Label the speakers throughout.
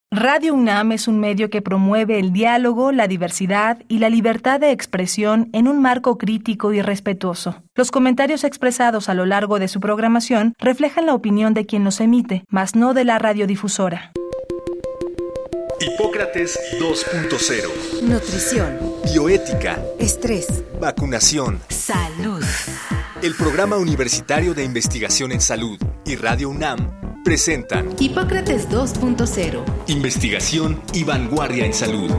Speaker 1: Radio UNAM es un medio que promueve el diálogo, la diversidad y la libertad de expresión en un marco crítico y respetuoso. Los comentarios expresados a lo largo de su programación reflejan la opinión de quien los emite, mas no de la radiodifusora.
Speaker 2: Hipócrates 2.0.
Speaker 3: Nutrición.
Speaker 2: Bioética.
Speaker 3: Estrés.
Speaker 2: Vacunación.
Speaker 3: Salud.
Speaker 2: El Programa Universitario de Investigación en Salud y Radio UNAM presentan
Speaker 3: Hipócrates 2.0.
Speaker 2: Investigación y vanguardia en salud.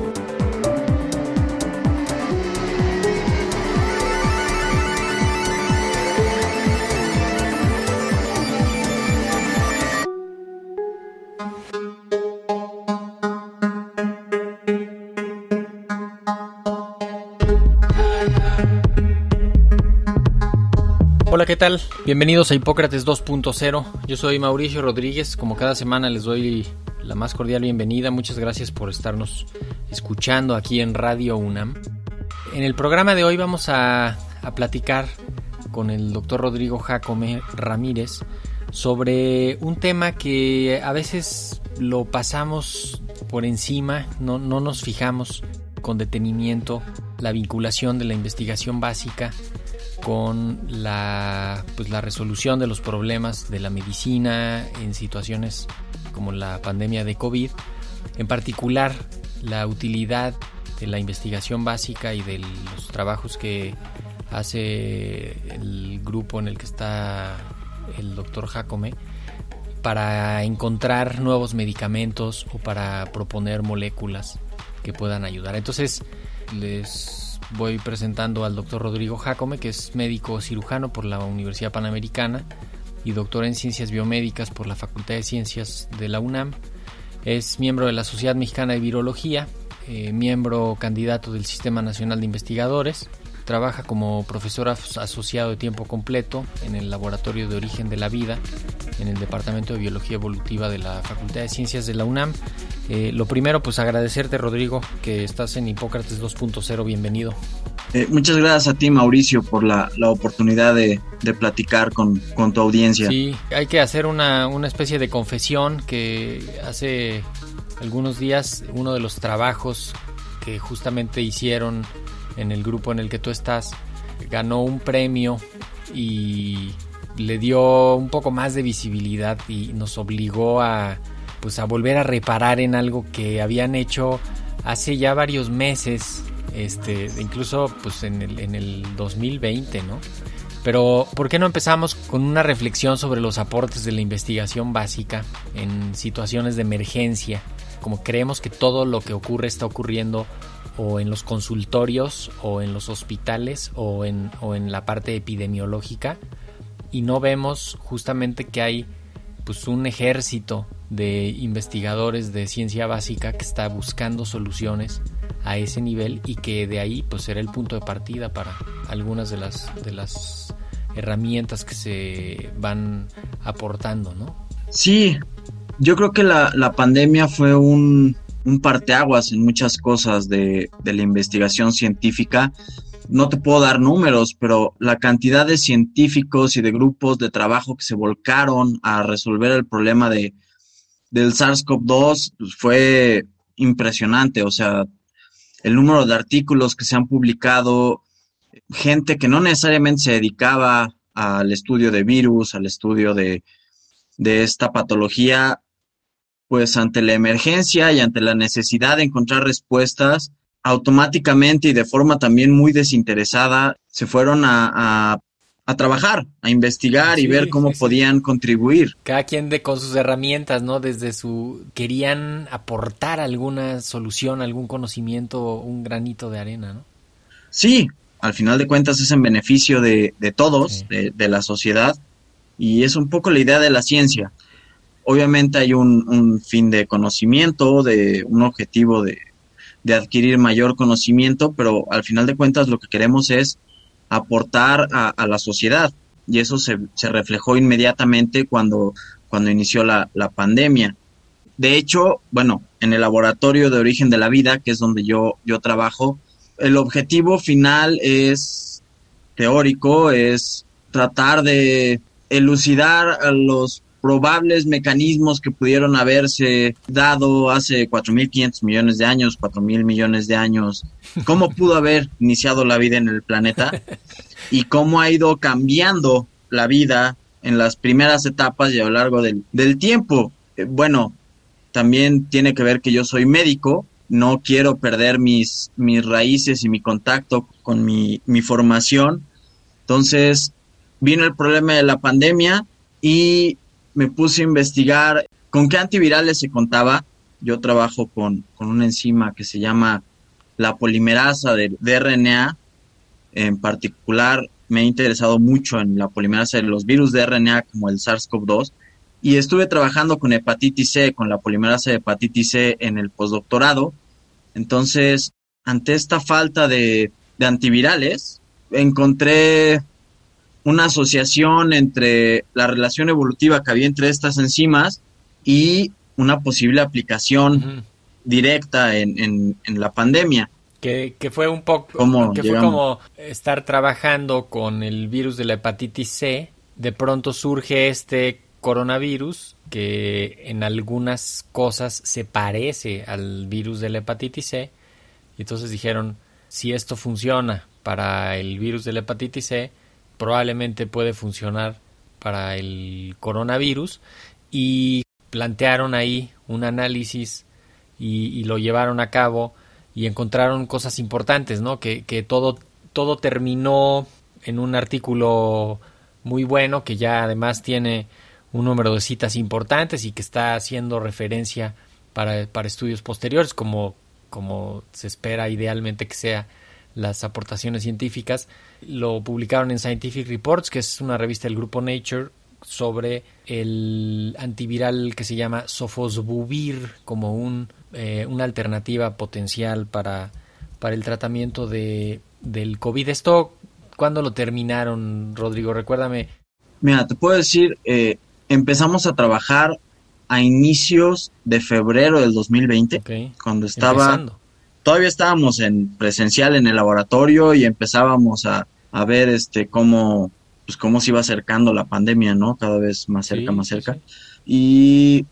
Speaker 4: Hola, ¿qué tal? Bienvenidos a Hipócrates 2.0. Yo soy Mauricio Rodríguez. Como cada semana les doy la más cordial bienvenida. Muchas gracias por estarnos escuchando aquí en Radio UNAM. En el programa de hoy vamos a platicar con el doctor Rodrigo Jácome Ramírez sobre un tema que a veces lo pasamos por encima, no nos fijamos con detenimiento, la vinculación de la investigación básica con la resolución de los problemas de la medicina en situaciones como la pandemia de COVID, en particular la utilidad de la investigación básica y de los trabajos que hace el grupo en el que está el doctor Jácome para encontrar nuevos medicamentos o para proponer moléculas que puedan ayudar. Entonces les voy presentando al doctor Rodrigo Jácome, que es médico cirujano por la Universidad Panamericana y doctor en Ciencias Biomédicas por la Facultad de Ciencias de la UNAM. Es miembro de la Sociedad Mexicana de Virología, miembro candidato del Sistema Nacional de Investigadores. Trabaja como profesor asociado de tiempo completo en el Laboratorio de Origen de la Vida, en el Departamento de Biología Evolutiva de la Facultad de Ciencias de la UNAM. Lo primero, pues agradecerte, Rodrigo, que estás en Hipócrates 2.0. Bienvenido.
Speaker 5: Muchas gracias a ti, Mauricio, por la oportunidad de platicar con tu audiencia.
Speaker 4: Sí, hay que hacer una especie de confesión que hace algunos días uno de los trabajos que justamente hicieron en el grupo en el que tú estás ganó un premio y le dio un poco más de visibilidad y nos obligó a volver a reparar en algo que habían hecho hace ya varios meses, incluso en el 2020, ¿no? Pero ¿por qué no empezamos con una reflexión sobre los aportes de la investigación básica en situaciones de emergencia? Como creemos que todo lo que ocurre está ocurriendo o en los consultorios o en los hospitales o en la parte epidemiológica, y no vemos justamente que hay un ejército de investigadores de ciencia básica que está buscando soluciones a ese nivel y que de ahí será el punto de partida para algunas de las herramientas que se van aportando, ¿no?
Speaker 5: Sí, yo creo que la pandemia fue un parteaguas en muchas cosas de la investigación científica. No te puedo dar números, pero la cantidad de científicos y de grupos de trabajo que se volcaron a resolver el problema del SARS-CoV-2 fue impresionante. O sea, el número de artículos que se han publicado, gente que no necesariamente se dedicaba al estudio de virus, al estudio de esta patología, pues ante la emergencia y ante la necesidad de encontrar respuestas, automáticamente y de forma también muy desinteresada, se fueron a trabajar, a investigar y ver cómo podían contribuir.
Speaker 4: Cada quien con sus herramientas, ¿no? Querían aportar alguna solución, algún conocimiento, un granito de arena, ¿no?
Speaker 5: Sí, al final de cuentas es en beneficio de todos, de la sociedad, y es un poco la idea de la ciencia. Obviamente hay un fin de conocimiento, de un objetivo de adquirir mayor conocimiento, pero al final de cuentas lo que queremos es aportar a la sociedad, y eso se reflejó inmediatamente cuando inició la pandemia. De hecho, en el Laboratorio de Origen de la Vida, que es donde yo trabajo, el objetivo final teórico, es tratar de elucidar los probables mecanismos que pudieron haberse dado hace 4.500 millones de años, 4.000 millones de años, cómo pudo haber iniciado la vida en el planeta y cómo ha ido cambiando la vida en las primeras etapas y a lo largo del tiempo. Bueno, también tiene que ver que yo soy médico, no quiero perder mis raíces y mi contacto con mi formación. Entonces vino el problema de la pandemia y me puse a investigar con qué antivirales se contaba. Yo trabajo con una enzima que se llama la polimerasa de RNA. En particular, me he interesado mucho en la polimerasa de los virus de RNA como el SARS-CoV-2 y estuve trabajando con hepatitis C, con la polimerasa de hepatitis C en el postdoctorado. Entonces, ante esta falta de antivirales, encontré una asociación entre la relación evolutiva que había entre estas enzimas y una posible aplicación directa en la pandemia.
Speaker 4: Que fue un poco, que fue como estar trabajando con el virus de la hepatitis C, de pronto surge este coronavirus que en algunas cosas se parece al virus de la hepatitis C, y entonces dijeron, si esto funciona para el virus de la hepatitis C, probablemente puede funcionar para el coronavirus, y plantearon ahí un análisis y lo llevaron a cabo y encontraron cosas importantes, ¿no? Que todo terminó en un artículo muy bueno que ya además tiene un número de citas importantes y que está haciendo referencia para estudios posteriores, como se espera idealmente que sea las aportaciones científicas. Lo publicaron en Scientific Reports, que es una revista del grupo Nature, sobre el antiviral que se llama sofosbuvir como una alternativa potencial para el tratamiento del COVID. ¿Esto cuándo lo terminaron, Rodrigo? Recuérdame.
Speaker 5: Mira, te puedo decir, empezamos a trabajar a inicios de febrero del 2020, cuando todavía estábamos en presencial en el laboratorio y empezábamos a ver cómo se iba acercando la pandemia, ¿no? Cada vez más cerca, más cerca. Sí. Y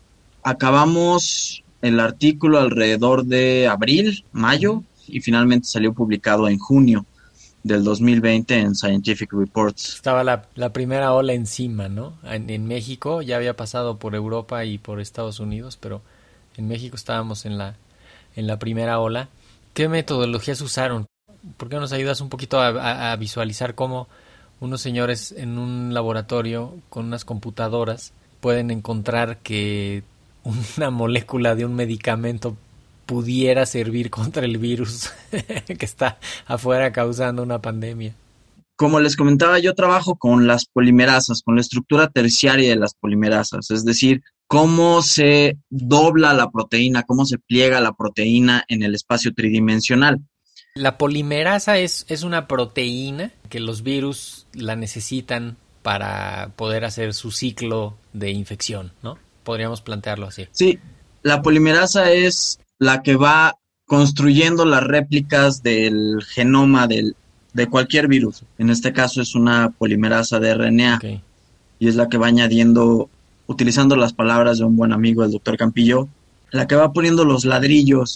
Speaker 5: acabamos el artículo alrededor de abril, mayo, y finalmente salió publicado en junio del 2020 en Scientific Reports.
Speaker 4: Estaba la primera ola encima, ¿no? En México, ya había pasado por Europa y por Estados Unidos, pero en México estábamos en la primera ola. ¿Qué metodologías usaron? ¿Por qué nos ayudas un poquito a visualizar cómo unos señores en un laboratorio con unas computadoras pueden encontrar que una molécula de un medicamento pudiera servir contra el virus que está afuera causando una pandemia?
Speaker 5: Como les comentaba, yo trabajo con las polimerasas, con la estructura terciaria de las polimerasas, es decir, cómo se dobla la proteína, cómo se pliega la proteína en el espacio tridimensional.
Speaker 4: La polimerasa es una proteína que los virus la necesitan para poder hacer su ciclo de infección, ¿no? Podríamos plantearlo así.
Speaker 5: Sí, la polimerasa es la que va construyendo las réplicas del genoma de cualquier virus. En este caso es una polimerasa de RNA. Okay. Y es la que va añadiendo, utilizando las palabras de un buen amigo, el doctor Campillo, la que va poniendo los ladrillos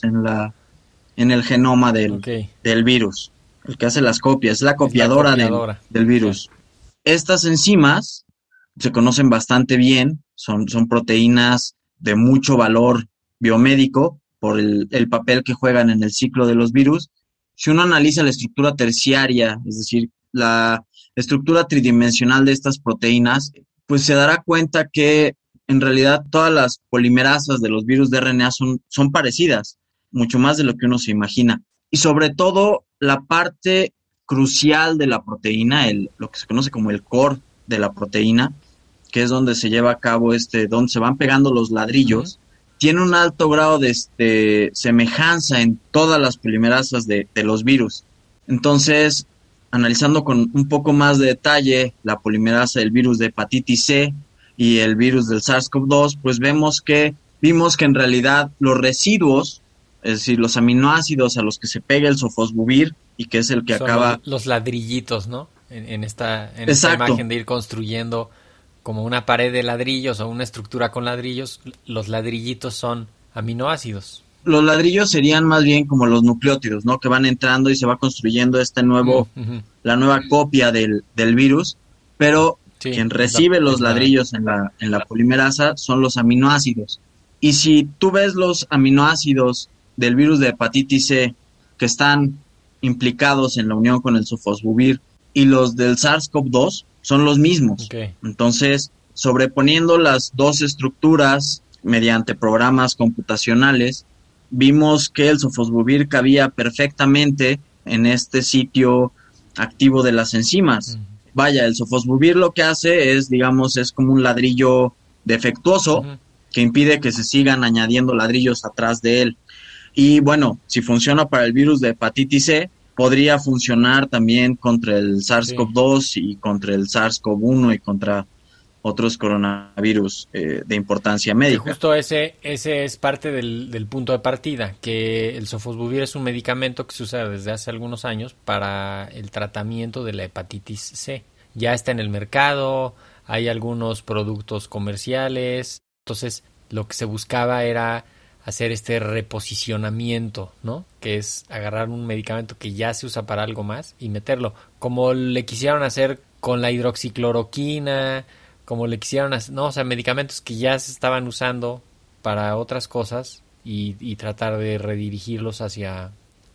Speaker 5: en el genoma del virus. El que hace las copias, es la copiadora. Del virus. Okay. Estas enzimas se conocen bastante bien, son proteínas de mucho valor biomédico por el papel que juegan en el ciclo de los virus. Si uno analiza la estructura terciaria, es decir, la estructura tridimensional de estas proteínas, pues se dará cuenta que en realidad todas las polimerasas de los virus de RNA son parecidas, mucho más de lo que uno se imagina. Y sobre todo la parte crucial de la proteína, lo que se conoce como el core de la proteína, que es donde se lleva a cabo donde se van pegando los ladrillos, tiene un alto grado de semejanza en todas las polimerasas de los virus. Entonces, analizando con un poco más de detalle la polimerasa del virus de hepatitis C y el virus del SARS-CoV-2, pues vimos que en realidad los residuos, es decir, los aminoácidos a los que se pega el sofosbuvir y que es el que
Speaker 4: son
Speaker 5: acaba...
Speaker 4: Los ladrillitos, ¿no? En esta
Speaker 5: Exacto.
Speaker 4: imagen de ir construyendo como una pared de ladrillos o una estructura con ladrillos, los ladrillitos son aminoácidos.
Speaker 5: Los ladrillos serían más bien como los nucleótidos, ¿no? Que van entrando y se va construyendo la nueva copia del virus, pero sí, quien recibe los ladrillos en la polimerasa son los aminoácidos. Y si tú ves los aminoácidos del virus de hepatitis C que están implicados en la unión con el sofosbuvir y los del SARS-CoV-2 son los mismos. Okay. Entonces, sobreponiendo las dos estructuras mediante programas computacionales, vimos que el sofosbuvir cabía perfectamente en este sitio activo de las enzimas. Vaya, el sofosbuvir lo que hace es, digamos, es como un ladrillo defectuoso que impide que se sigan añadiendo ladrillos atrás de él. Y bueno, si funciona para el virus de hepatitis C, podría funcionar también contra el SARS-CoV-2 y contra el SARS-CoV-1 y contra otros coronavirus de importancia médica.
Speaker 4: Y justo ese es parte del punto de partida, que el sofosbuvir es un medicamento que se usa desde hace algunos años para el tratamiento de la hepatitis C. Ya está en el mercado, hay algunos productos comerciales, entonces lo que se buscaba era hacer este reposicionamiento, ¿no? Que es agarrar un medicamento que ya se usa para algo más y meterlo, como le quisieron hacer con la hidroxicloroquina, como le quisieron hacer, no, o sea, medicamentos que ya se estaban usando para otras cosas y tratar de redirigirlos hacia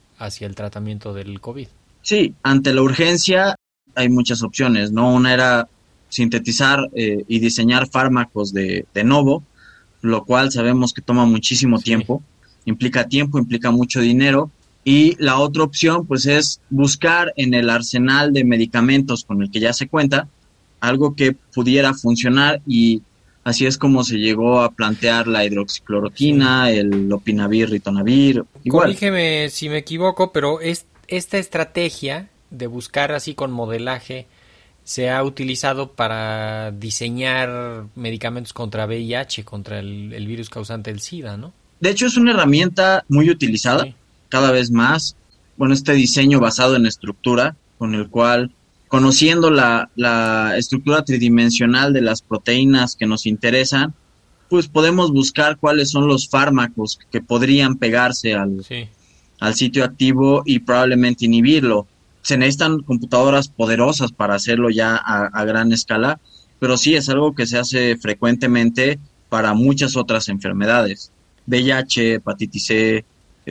Speaker 4: el tratamiento del COVID.
Speaker 5: Sí, ante la urgencia hay muchas opciones, ¿no? Una era sintetizar y diseñar fármacos de novo, lo cual sabemos que toma muchísimo tiempo, implica mucho dinero, y la otra opción pues es buscar en el arsenal de medicamentos con el que ya se cuenta algo que pudiera funcionar, y así es como se llegó a plantear la hidroxicloroquina, el lopinavir, ritonavir. Igual.
Speaker 4: Corrígeme si me equivoco, pero esta estrategia de buscar así con modelaje se ha utilizado para diseñar medicamentos contra VIH, contra el virus causante del SIDA, ¿no?
Speaker 5: De hecho, es una herramienta muy utilizada cada vez más. Bueno, este diseño basado en estructura, con el cual, conociendo la estructura tridimensional de las proteínas que nos interesan, pues podemos buscar cuáles son los fármacos que podrían pegarse al sitio activo y probablemente inhibirlo. Se necesitan computadoras poderosas para hacerlo ya a gran escala, pero sí es algo que se hace frecuentemente para muchas otras enfermedades. VIH, hepatitis C,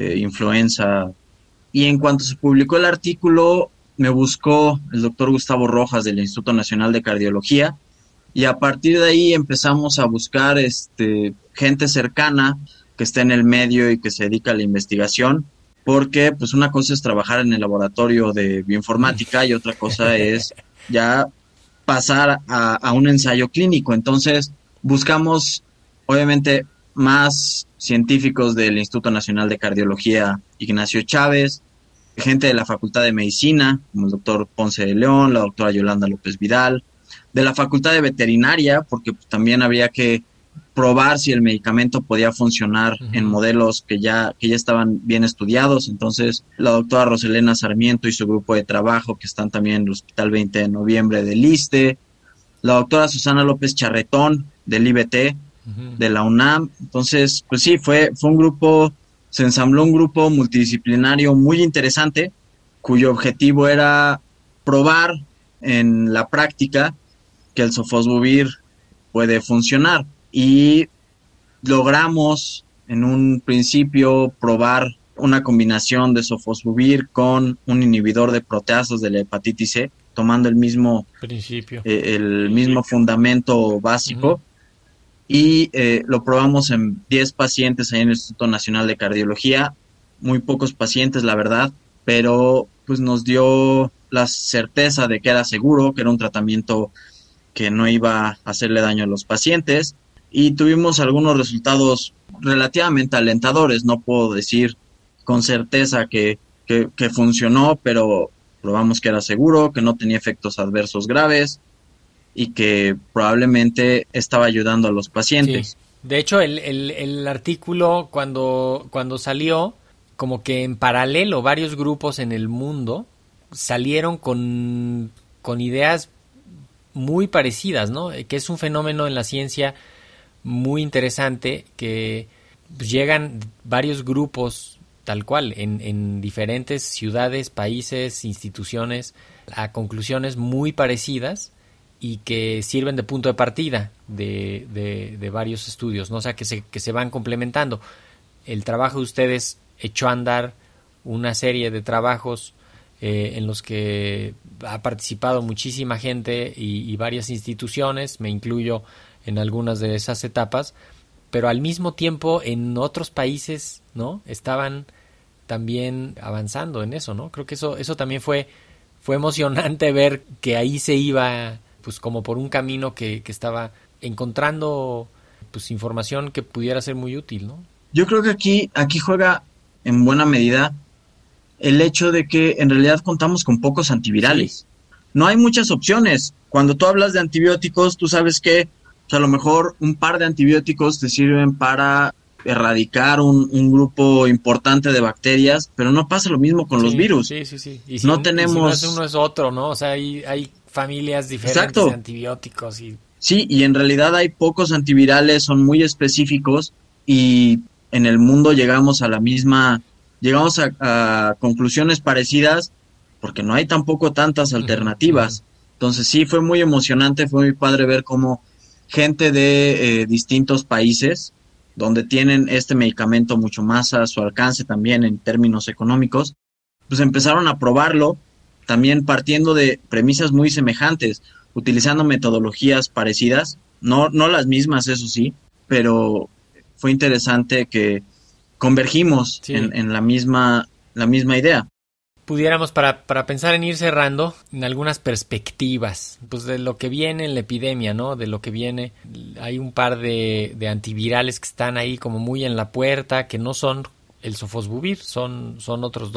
Speaker 5: influenza. Y en cuanto se publicó el artículo, me buscó el doctor Gustavo Rojas del Instituto Nacional de Cardiología, y a partir de ahí empezamos a buscar gente cercana que esté en el medio y que se dedica a la investigación, porque pues una cosa es trabajar en el laboratorio de bioinformática y otra cosa es ya pasar a un ensayo clínico. Entonces buscamos obviamente más científicos del Instituto Nacional de Cardiología Ignacio Chávez, gente de la Facultad de Medicina, como el doctor Ponce de León, la doctora Yolanda López Vidal, de la Facultad de Veterinaria, porque pues, también habría que probar si el medicamento podía funcionar en modelos que ya estaban bien estudiados. Entonces, la doctora Roselena Sarmiento y su grupo de trabajo, que están también en el Hospital 20 de Noviembre del ISSSTE, la doctora Susana López Charretón del IBT, de la UNAM. Entonces, pues sí, se ensambló un grupo multidisciplinario muy interesante, cuyo objetivo era probar en la práctica que el sofosbuvir puede funcionar. Y logramos en un principio probar una combinación de sofosbuvir con un inhibidor de proteasas de la hepatitis C, tomando el mismo principio, el mismo fundamento básico, y lo probamos en 10 pacientes ahí en el Instituto Nacional de Cardiología, muy pocos pacientes la verdad, pero pues nos dio la certeza de que era seguro, que era un tratamiento que no iba a hacerle daño a los pacientes. Y tuvimos algunos resultados relativamente alentadores. No puedo decir con certeza que funcionó, pero probamos que era seguro, que no tenía efectos adversos graves y que probablemente estaba ayudando a los pacientes.
Speaker 4: Sí. De hecho, el artículo cuando salió, como que en paralelo varios grupos en el mundo salieron con ideas muy parecidas, ¿no? Que es un fenómeno en la ciencia muy interesante, que pues, llegan varios grupos tal cual en diferentes ciudades, países, instituciones a conclusiones muy parecidas y que sirven de punto de partida de varios estudios, ¿no? O sea, que se van complementando. El trabajo de ustedes echó a andar una serie de trabajos en los que ha participado muchísima gente y varias instituciones, me incluyo en algunas de esas etapas, pero al mismo tiempo en otros países, ¿no? Estaban también avanzando en eso, ¿no? Creo que eso también fue emocionante ver que ahí se iba pues como por un camino que estaba encontrando pues información que pudiera ser muy útil, ¿no?
Speaker 5: Yo creo que aquí juega en buena medida el hecho de que en realidad contamos con pocos antivirales. Sí. No hay muchas opciones. Cuando tú hablas de antibióticos, tú sabes que pues, a lo mejor un par de antibióticos te sirven para erradicar un grupo importante de bacterias, pero no pasa lo mismo con los virus.
Speaker 4: Sí. Y
Speaker 5: no tenemos...
Speaker 4: si no es uno es otro, ¿no? O sea, hay familias diferentes. Exacto. De antibióticos.
Speaker 5: Sí, y en realidad hay pocos antivirales, son muy específicos y en el mundo llegamos a conclusiones parecidas porque no hay tampoco tantas alternativas. Entonces sí, fue muy emocionante, fue muy padre ver cómo gente de distintos países donde tienen este medicamento mucho más a su alcance también en términos económicos, pues empezaron a probarlo, también partiendo de premisas muy semejantes, utilizando metodologías parecidas, no las mismas, eso sí, pero fue interesante que convergimos en la misma idea.
Speaker 4: Pudiéramos, para pensar en ir cerrando, en algunas perspectivas, pues de lo que viene en la epidemia, ¿no? De lo que viene, hay un par de antivirales que están ahí como muy en la puerta, que no son el sofosbuvir, son otras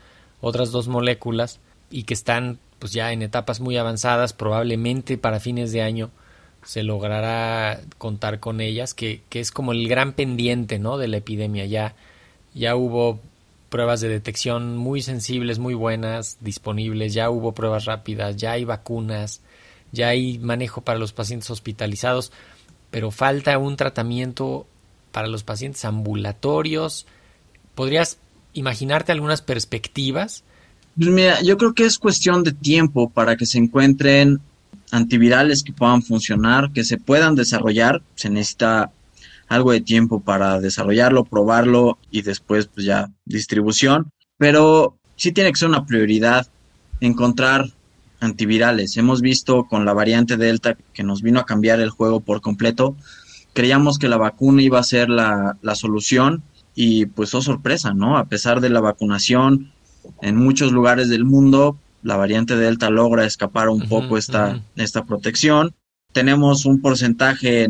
Speaker 4: dos moléculas y que están pues ya en etapas muy avanzadas, probablemente para fines de año se logrará contar con ellas, que es como el gran pendiente, ¿no? De la epidemia. Ya hubo pruebas de detección muy sensibles, muy buenas, disponibles, ya hubo pruebas rápidas, ya hay vacunas, ya hay manejo para los pacientes hospitalizados, pero falta un tratamiento para los pacientes ambulatorios. ¿Podrías imaginarte algunas perspectivas?
Speaker 5: Pues mira, yo creo que es cuestión de tiempo para que se encuentren antivirales que puedan funcionar, que se puedan desarrollar. Se necesita algo de tiempo para desarrollarlo, probarlo y después pues ya distribución, pero sí tiene que ser una prioridad encontrar antivirales. Hemos visto con la variante Delta que nos vino a cambiar el juego por completo. Creíamos que la vacuna iba a ser la solución y pues oh sorpresa, ¿no? A pesar de la vacunación en muchos lugares del mundo, la variante Delta logra escapar un poco esta protección. Tenemos un porcentaje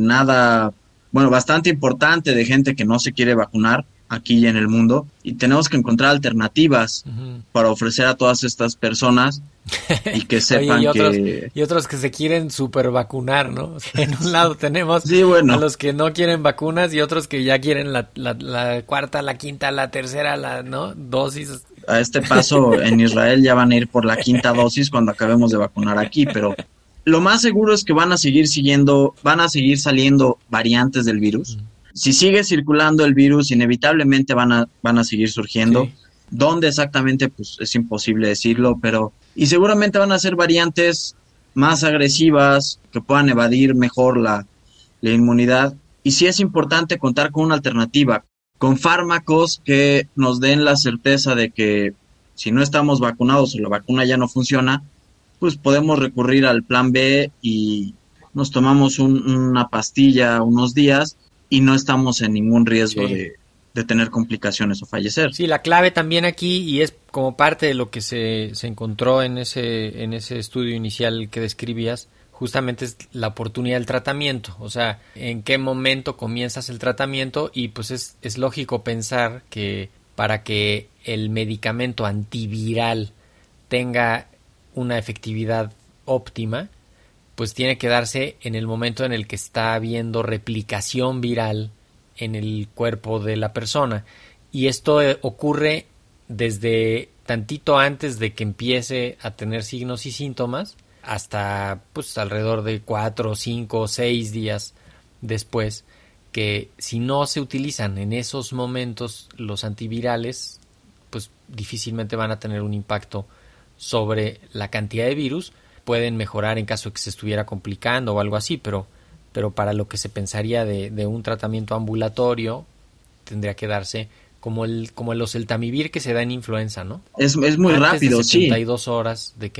Speaker 5: bastante importante de gente que no se quiere vacunar aquí y en el mundo, y tenemos que encontrar alternativas para ofrecer a todas estas personas y que sepan.
Speaker 4: Oye, y otros que se quieren super vacunar, ¿no? O sea, en un lado tenemos a los que no quieren vacunas y otros que ya quieren la cuarta, la quinta, la tercera, ¿no? Dosis.
Speaker 5: A este paso en Israel ya van a ir por la quinta dosis cuando acabemos de vacunar aquí, pero lo más seguro es que van a seguir saliendo variantes del virus. Si sigue circulando el virus, inevitablemente van a seguir surgiendo. Sí. ¿Dónde exactamente? Pues es imposible decirlo, y seguramente van a ser variantes más agresivas, que puedan evadir mejor la inmunidad. Y sí es importante contar con una alternativa, con fármacos que nos den la certeza de que si no estamos vacunados o la vacuna ya no funciona, pues podemos recurrir al plan B y nos tomamos una pastilla unos días y no estamos en ningún riesgo de tener complicaciones o fallecer.
Speaker 4: Sí, la clave también aquí, y es como parte de lo que se encontró en ese estudio inicial que describías, justamente es la oportunidad del tratamiento. O sea, en qué momento comienzas el tratamiento, y pues es lógico pensar que para que el medicamento antiviral tenga una efectividad óptima, pues tiene que darse en el momento en el que está habiendo replicación viral en el cuerpo de la persona. Y esto ocurre desde tantito antes de que empiece a tener signos y síntomas, hasta pues alrededor de 4, 5, 6 días después, que si no se utilizan en esos momentos los antivirales, pues difícilmente van a tener un impacto sobre la cantidad de virus. Pueden mejorar en caso de que se estuviera complicando o algo así, pero para lo que se pensaría de un tratamiento ambulatorio tendría que darse como el oseltamivir que se da en influenza, ¿no?
Speaker 5: Es muy
Speaker 4: antes
Speaker 5: rápido,
Speaker 4: de 72
Speaker 5: sí.
Speaker 4: horas de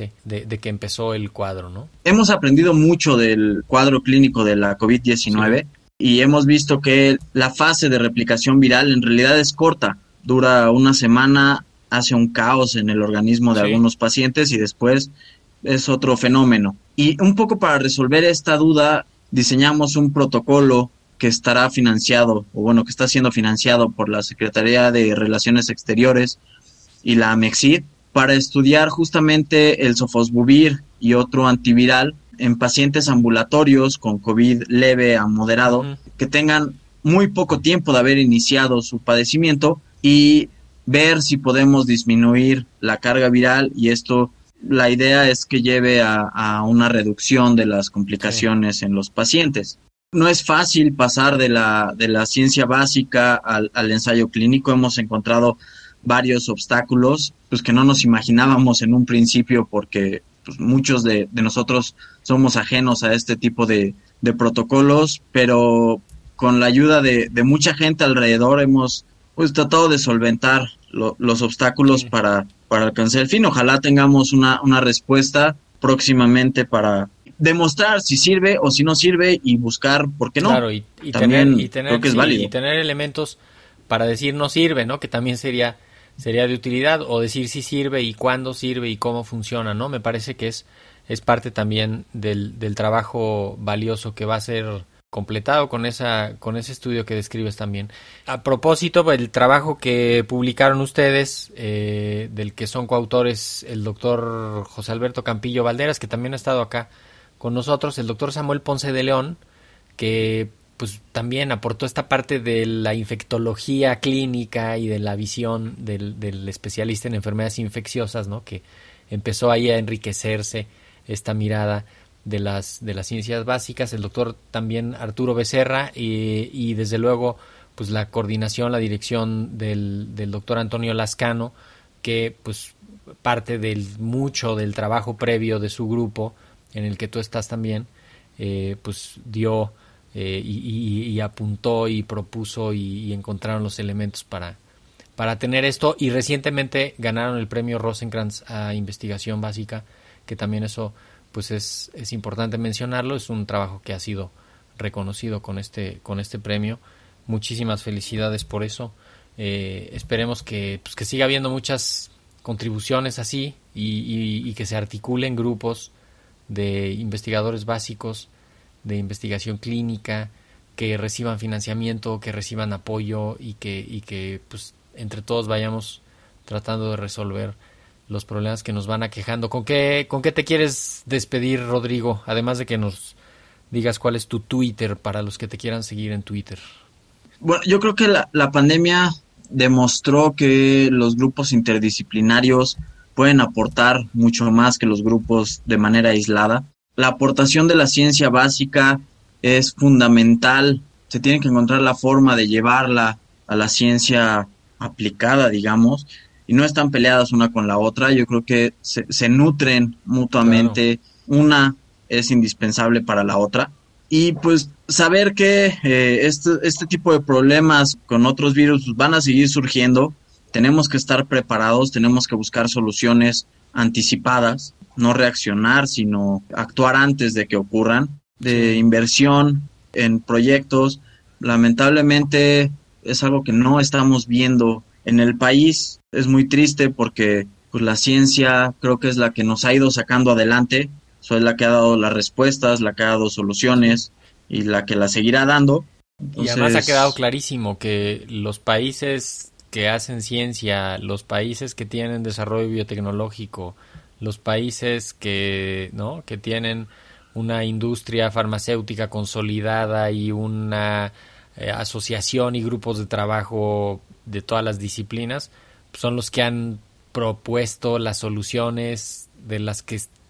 Speaker 4: que empezó el cuadro, ¿no?
Speaker 5: Hemos aprendido mucho del cuadro clínico de la COVID-19 y hemos visto que la fase de replicación viral en realidad es corta, dura una semana, hace un caos en el organismo de algunos pacientes y después es otro fenómeno. Y un poco para resolver esta duda, diseñamos un protocolo que estará financiado, o bueno, que está siendo financiado por la Secretaría de Relaciones Exteriores y la AMEXID, para estudiar justamente el sofosbuvir y otro antiviral en pacientes ambulatorios con COVID leve a moderado, que tengan muy poco tiempo de haber iniciado su padecimiento y ver si podemos disminuir la carga viral, y esto, la idea es que lleve a una reducción de las complicaciones en los pacientes. No es fácil pasar de la ciencia básica al ensayo clínico. Hemos encontrado varios obstáculos pues que no nos imaginábamos en un principio, porque pues, muchos de nosotros somos ajenos a este tipo de protocolos, pero con la ayuda de mucha gente alrededor hemos pues tratado de solventar los obstáculos para alcanzar el fin. Ojalá tengamos una respuesta próximamente para demostrar si sirve o si no sirve y buscar por qué no.
Speaker 4: Claro, y
Speaker 5: también
Speaker 4: tener,
Speaker 5: creo que es válido.
Speaker 4: Y tener elementos para decir no sirve, ¿no? Que también sería de utilidad, o decir si sirve y cuándo sirve y cómo funciona, ¿no? Me parece que es parte también del trabajo valioso que va a ser completado con ese estudio que describes también. A propósito, el trabajo que publicaron ustedes, del que son coautores el doctor José Alberto Campillo Valderas, que también ha estado acá con nosotros, el doctor Samuel Ponce de León, que pues también aportó esta parte de la infectología clínica y de la visión del especialista en enfermedades infecciosas, ¿no? Que empezó ahí a enriquecerse esta mirada de las ciencias básicas. El doctor también Arturo Becerra y desde luego pues la coordinación, la dirección del doctor Antonio Lascano, que pues parte mucho del trabajo previo de su grupo, en el que tú estás también, pues dio y apuntó y propuso y encontraron los elementos para tener esto, y recientemente ganaron el premio Rosenkrantz a investigación básica, que también eso pues es importante mencionarlo. Es un trabajo que ha sido reconocido con este premio. Muchísimas felicidades por eso. Esperemos que siga habiendo muchas contribuciones así y que se articulen grupos de investigadores básicos de investigación clínica, que reciban financiamiento, que reciban apoyo y que pues entre todos vayamos tratando de resolver los problemas que nos van aquejando. ¿Con qué te quieres despedir, Rodrigo? Además de que nos digas cuál es tu Twitter para los que te quieran seguir en Twitter.
Speaker 5: Bueno, yo creo que la pandemia demostró que los grupos interdisciplinarios pueden aportar mucho más que los grupos de manera aislada. La aportación de la ciencia básica es fundamental. Se tiene que encontrar la forma de llevarla a la ciencia aplicada, digamos, y no están peleadas una con la otra. Yo creo que se nutren mutuamente. Claro. Una es indispensable para la otra. Y pues saber que este tipo de problemas con otros virus pues, van a seguir surgiendo. Tenemos que estar preparados, tenemos que buscar soluciones anticipadas, no reaccionar, sino actuar antes de que ocurran. De inversión en proyectos, lamentablemente es algo que no estamos viendo en el país. Es muy triste porque pues, la ciencia creo que es la que nos ha ido sacando adelante, es la que ha dado las respuestas, la que ha dado soluciones y la que la seguirá dando. Entonces,
Speaker 4: y además ha quedado clarísimo que los países que hacen ciencia, los países que tienen desarrollo biotecnológico, los países que tienen una industria farmacéutica consolidada y una asociación y grupos de trabajo de todas las disciplinas, son los que han propuesto las soluciones de las que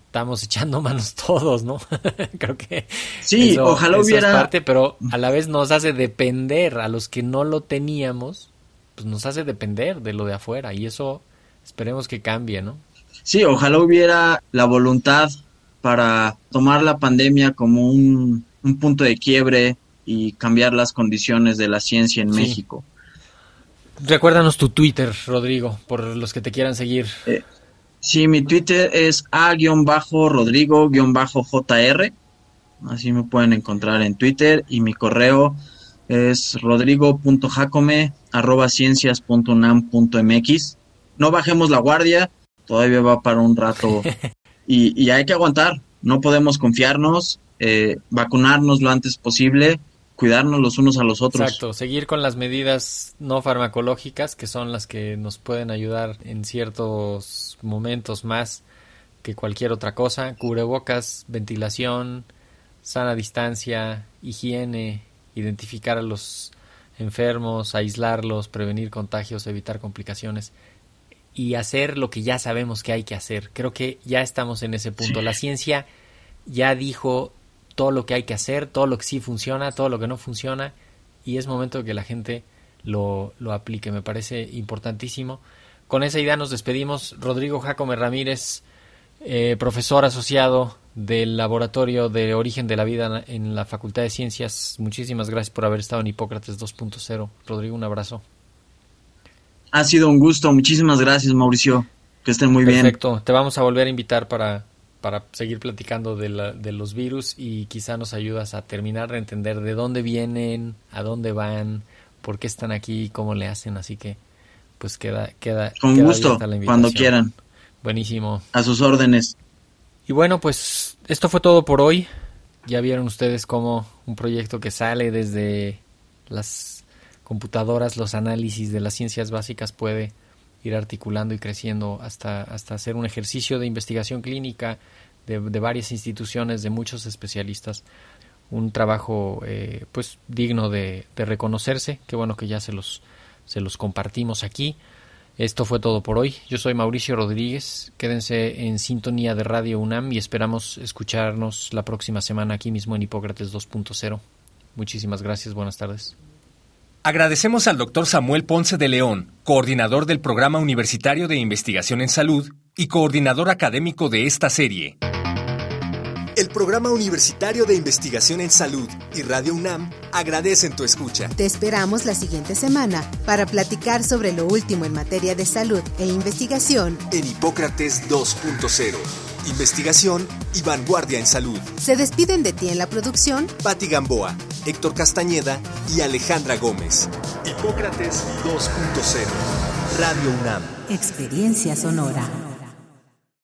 Speaker 4: estamos echando manos todos, ¿no? Creo que
Speaker 5: sí, ojalá hubiera
Speaker 4: es parte, pero a la vez nos hace depender, a los que no lo teníamos, pues nos hace depender de lo de afuera, y eso esperemos que cambie, ¿no?
Speaker 5: Sí, ojalá hubiera la voluntad para tomar la pandemia como un punto de quiebre y cambiar las condiciones de la ciencia en México.
Speaker 4: Recuérdanos tu Twitter, Rodrigo, por los que te quieran seguir.
Speaker 5: Sí, mi Twitter es a_Rodrigo_JR. Así me pueden encontrar en Twitter. Y mi correo es rodrigo.jacome@ciencias.unam.mx. No bajemos la guardia, todavía va para un rato. y hay que aguantar, no podemos confiarnos, vacunarnos lo antes posible, cuidarnos los unos a los otros.
Speaker 4: Exacto, seguir con las medidas no farmacológicas, que son las que nos pueden ayudar en ciertos momentos más que cualquier otra cosa. Cubrebocas, ventilación, sana distancia, higiene, identificar a los enfermos, aislarlos, prevenir contagios, evitar complicaciones y hacer lo que ya sabemos que hay que hacer. Creo que ya estamos en ese punto. Sí. La ciencia ya dijo todo lo que hay que hacer, todo lo que sí funciona, todo lo que no funciona, y es momento de que la gente lo aplique. Me parece importantísimo. Con esa idea nos despedimos. Rodrigo Jacome Ramírez, profesor asociado del Laboratorio de Origen de la Vida en la Facultad de Ciencias. Muchísimas gracias por haber estado en Hipócrates 2.0. Rodrigo, un abrazo.
Speaker 5: Ha sido un gusto. Muchísimas gracias, Mauricio. Que estén muy bien.
Speaker 4: Perfecto. Te vamos a volver a invitar para seguir platicando de los virus, y quizá nos ayudas a terminar de entender de dónde vienen, a dónde van, por qué están aquí, cómo le hacen. Así que pues queda
Speaker 5: con gusto, cuando quieran.
Speaker 4: Buenísimo.
Speaker 5: A sus órdenes.
Speaker 4: Y bueno, pues esto fue todo por hoy. Ya vieron ustedes cómo un proyecto que sale desde las computadoras, los análisis de las ciencias básicas, puede ir articulando y creciendo hasta hacer un ejercicio de investigación clínica de varias instituciones, de muchos especialistas. Un trabajo pues digno de reconocerse. Qué bueno que ya se los compartimos aquí. Esto fue todo por hoy. Yo soy Mauricio Rodríguez. Quédense en sintonía de Radio UNAM y esperamos escucharnos la próxima semana aquí mismo en Hipócrates 2.0. Muchísimas gracias. Buenas tardes.
Speaker 2: Agradecemos al Dr. Samuel Ponce de León, coordinador del Programa Universitario de Investigación en Salud y coordinador académico de esta serie. El Programa Universitario de Investigación en Salud y Radio UNAM agradecen tu escucha.
Speaker 3: Te esperamos la siguiente semana para platicar sobre lo último en materia de salud e investigación
Speaker 2: en Hipócrates 2.0. Investigación y vanguardia en salud.
Speaker 3: Se despiden de ti en la producción
Speaker 2: Patti Gamboa, Héctor Castañeda y Alejandra Gómez. Hipócrates 2.0. Radio UNAM.
Speaker 3: Experiencia sonora.